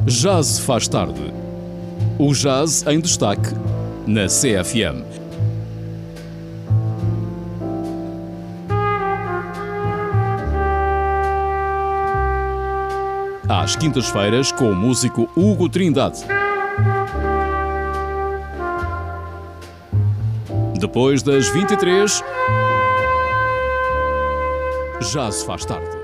Já se faz tarde. O jazz em destaque na CFM. Às quintas-feiras com o músico Hugo Trindade. Depois das 23, já se faz tarde.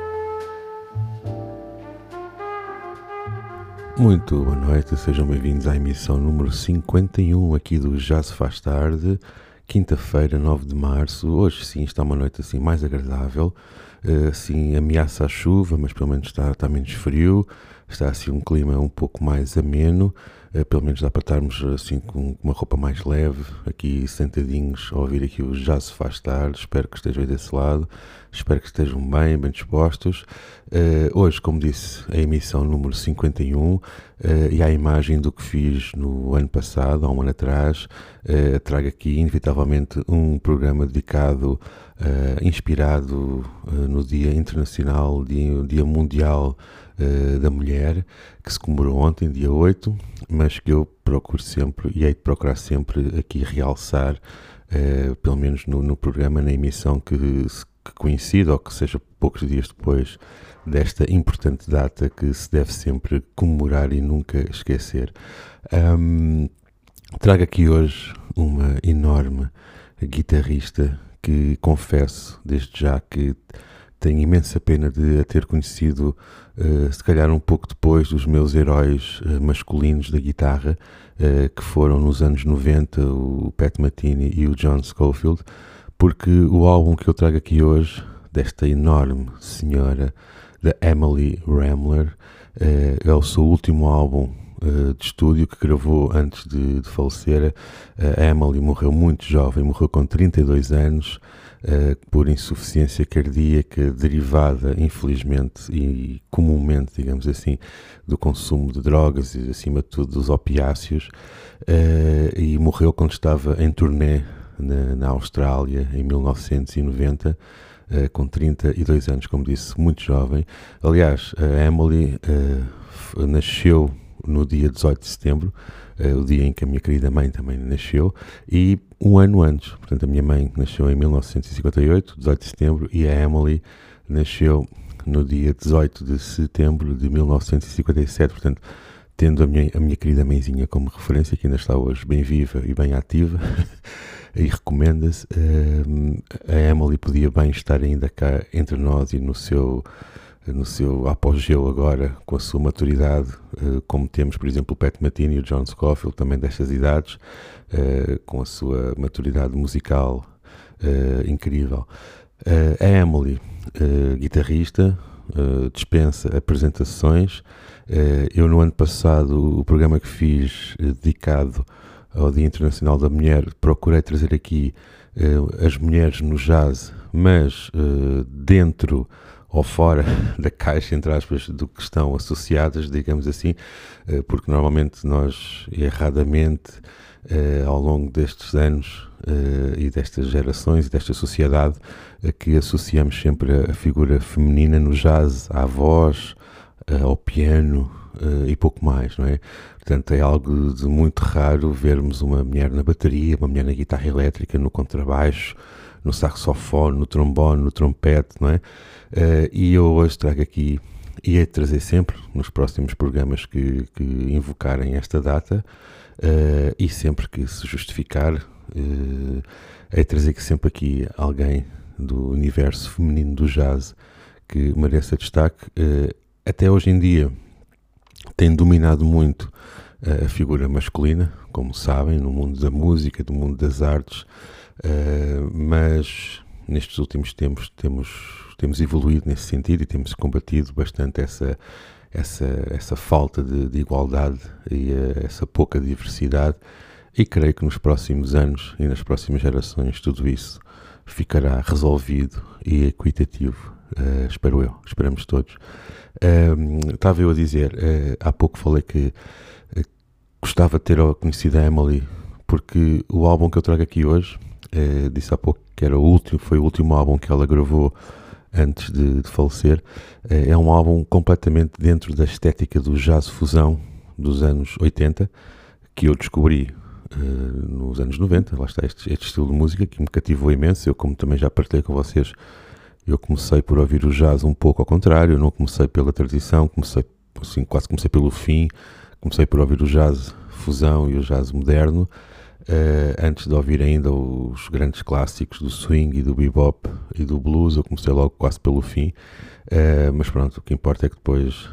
Muito boa noite, sejam bem-vindos à emissão número 51 aqui do Já se faz tarde, quinta-feira, 9 de março. Hoje sim está uma noite assim mais agradável, assim ameaça a chuva, mas pelo menos está menos frio, está assim um clima um pouco mais ameno, pelo menos dá para estarmos assim com uma roupa mais leve, aqui sentadinhos a ouvir aqui o Já se faz tarde. Espero que estejam aí desse lado, espero que estejam bem dispostos. Hoje, como disse, a emissão número 51 e à imagem do que fiz no ano passado, há um ano atrás, trago aqui inevitavelmente um programa dedicado, inspirado no Dia Internacional, Dia Mundial da Mulher, que se comemorou ontem, dia 8, mas que eu procuro sempre e hei de procurar sempre aqui realçar, pelo menos no programa, na emissão que coincida ou que seja poucos dias depois desta importante data que se deve sempre comemorar e nunca esquecer. Trago aqui hoje uma enorme guitarrista que confesso desde já que tenho imensa pena de a ter conhecido, se calhar um pouco depois dos meus heróis masculinos da guitarra, que foram nos anos 90 o Pat Metheny e o John Scofield, porque o álbum que eu trago aqui hoje, desta enorme senhora, da Emily Ramler, é o seu último álbum de estúdio que gravou antes de falecer. A Emily morreu muito jovem, morreu com 32 anos, por insuficiência cardíaca derivada, infelizmente e comumente, digamos assim, do consumo de drogas e, acima de tudo, dos opiáceos, e morreu quando estava em turnê na Austrália, em 1990, com 32 anos, como disse, muito jovem. Aliás, a Emily nasceu no dia 18 de setembro, o dia em que a minha querida mãe também nasceu, e um ano antes. Portanto, a minha mãe nasceu em 1958, 18 de setembro, e a Emily nasceu no dia 18 de setembro de 1957. Portanto, tendo a minha querida mãezinha como referência, que ainda está hoje bem viva e bem ativa, e recomenda-se, a Emily podia bem estar ainda cá entre nós e no seu apogeu agora, com a sua maturidade, como temos, por exemplo, o Pat Metheny e o John Scofield, também destas idades, com a sua maturidade musical incrível. A Emily, guitarrista, dispensa apresentações. Eu, no ano passado, o programa que fiz dedicado ao Dia Internacional da Mulher, procurei trazer aqui as mulheres no jazz, mas dentro ou fora da caixa, entre aspas, do que estão associadas, digamos assim, porque normalmente nós, erradamente, ao longo destes anos e destas gerações e desta sociedade, que associamos sempre a figura feminina no jazz à voz, ao piano e pouco mais, não é? Portanto, é algo de muito raro vermos uma mulher na bateria, uma mulher na guitarra elétrica, no contrabaixo, no saxofone, no trombone, no trompete, não é? E eu hoje trago aqui, e hei de trazer sempre, nos próximos programas que invocarem esta data, e sempre que se justificar, hei de trazer sempre aqui alguém do universo feminino do jazz que mereça destaque. Até hoje em dia tem dominado muito a figura masculina, como sabem, no mundo da música, do mundo das artes, mas nestes últimos tempos temos evoluído nesse sentido e temos combatido bastante essa falta de igualdade e essa pouca diversidade, e creio que nos próximos anos e nas próximas gerações tudo isso ficará resolvido e equitativo, esperamos todos. Estava eu a dizer, há pouco falei que gostava de ter conhecido a Emily, porque o álbum que eu trago aqui hoje, disse há pouco que foi o último álbum que ela gravou antes de falecer. É um álbum completamente dentro da estética do jazz fusão, dos anos 80 que eu descobri nos anos 90. Lá está este estilo de música que me cativou imenso. Eu, como também já partilhei com vocês, eu comecei por ouvir o jazz um pouco ao contrário. Eu não comecei pela tradição, quase comecei pelo fim. Comecei por ouvir o jazz fusão e o jazz moderno, antes de ouvir ainda os grandes clássicos do swing e do bebop e do blues. Eu comecei logo quase pelo fim, mas pronto, o que importa é que depois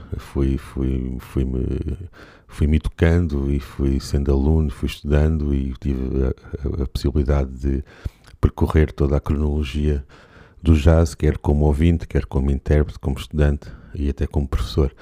fui-me tocando e fui sendo aluno, fui estudando e tive a possibilidade de percorrer toda a cronologia do jazz, quer como ouvinte, quer como intérprete, como estudante e até como professor.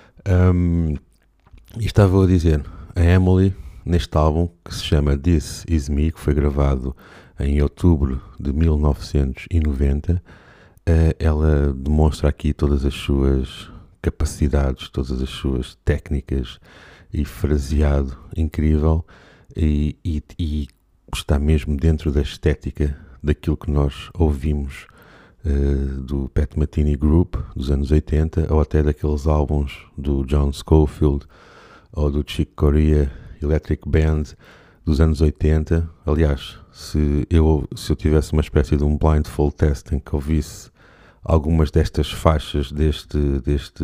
E estava a dizer, a Emily, neste álbum que se chama This Is Me, que foi gravado em outubro de 1990, ela demonstra aqui todas as suas capacidades, todas as suas técnicas e fraseado incrível, e está mesmo dentro da estética daquilo que nós ouvimos do Pat Metheny Group dos anos 80, ou até daqueles álbuns do John Scofield ou do Chick Corea Electric Band dos anos 80. Aliás, se eu tivesse uma espécie de um blindfold test em que ouvisse algumas destas faixas deste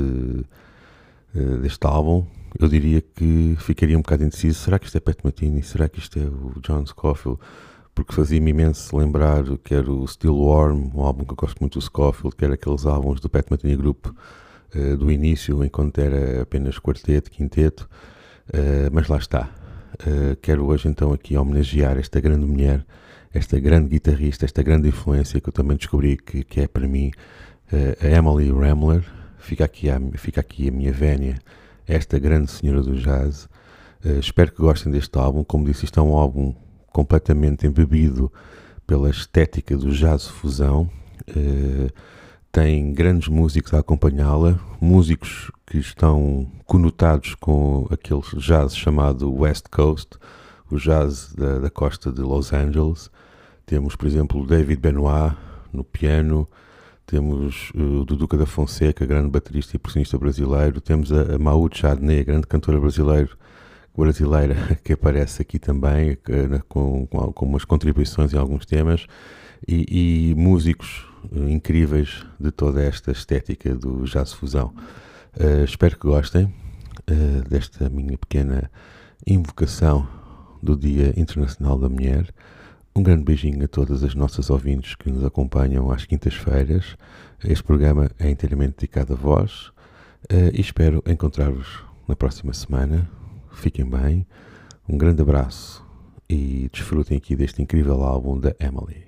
álbum, eu diria que ficaria um bocado indeciso. Será que isto é Pat Metheny? Será que isto é o John Scofield? Porque fazia-me imenso lembrar que era o Still Warm, um álbum que eu gosto muito do Scofield, que era aqueles álbuns do Pat Metheny Group do início, enquanto era apenas quarteto, quinteto, mas lá está. Quero hoje então aqui homenagear esta grande mulher, esta grande guitarrista, esta grande influência que eu também descobri que é para mim a Emily Ramler. Fica aqui a minha vénia, esta grande senhora do jazz. Espero que gostem deste álbum. Como disse, isto é um álbum completamente embebido pela estética do jazz fusão. Tem grandes músicos a acompanhá-la, músicos que estão conotados com aquele jazz chamado West Coast, o jazz da costa de Los Angeles. Temos, por exemplo, o David Benoit no piano, temos o Duduca da Fonseca, grande baterista e percussionista brasileiro, temos a Maud Chadney, a grande cantora brasileira, que aparece aqui também, com umas contribuições em alguns temas, e músicos incríveis de toda esta estética do jazz fusão. Espero que gostem desta minha pequena invocação do Dia Internacional da Mulher. Um grande beijinho a todas as nossas ouvintes que nos acompanham às quintas-feiras. Este programa é inteiramente dedicado a vós e espero encontrar-vos na próxima semana. Fiquem bem, um grande abraço e desfrutem aqui deste incrível álbum da Emily.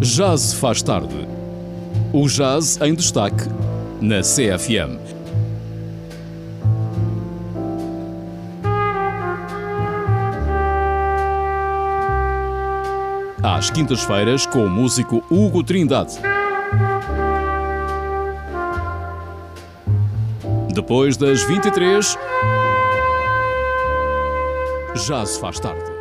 Já se faz tarde. O jazz em destaque na CFM. Às quintas-feiras com o músico Hugo Trindade. Depois das 23, já se faz tarde.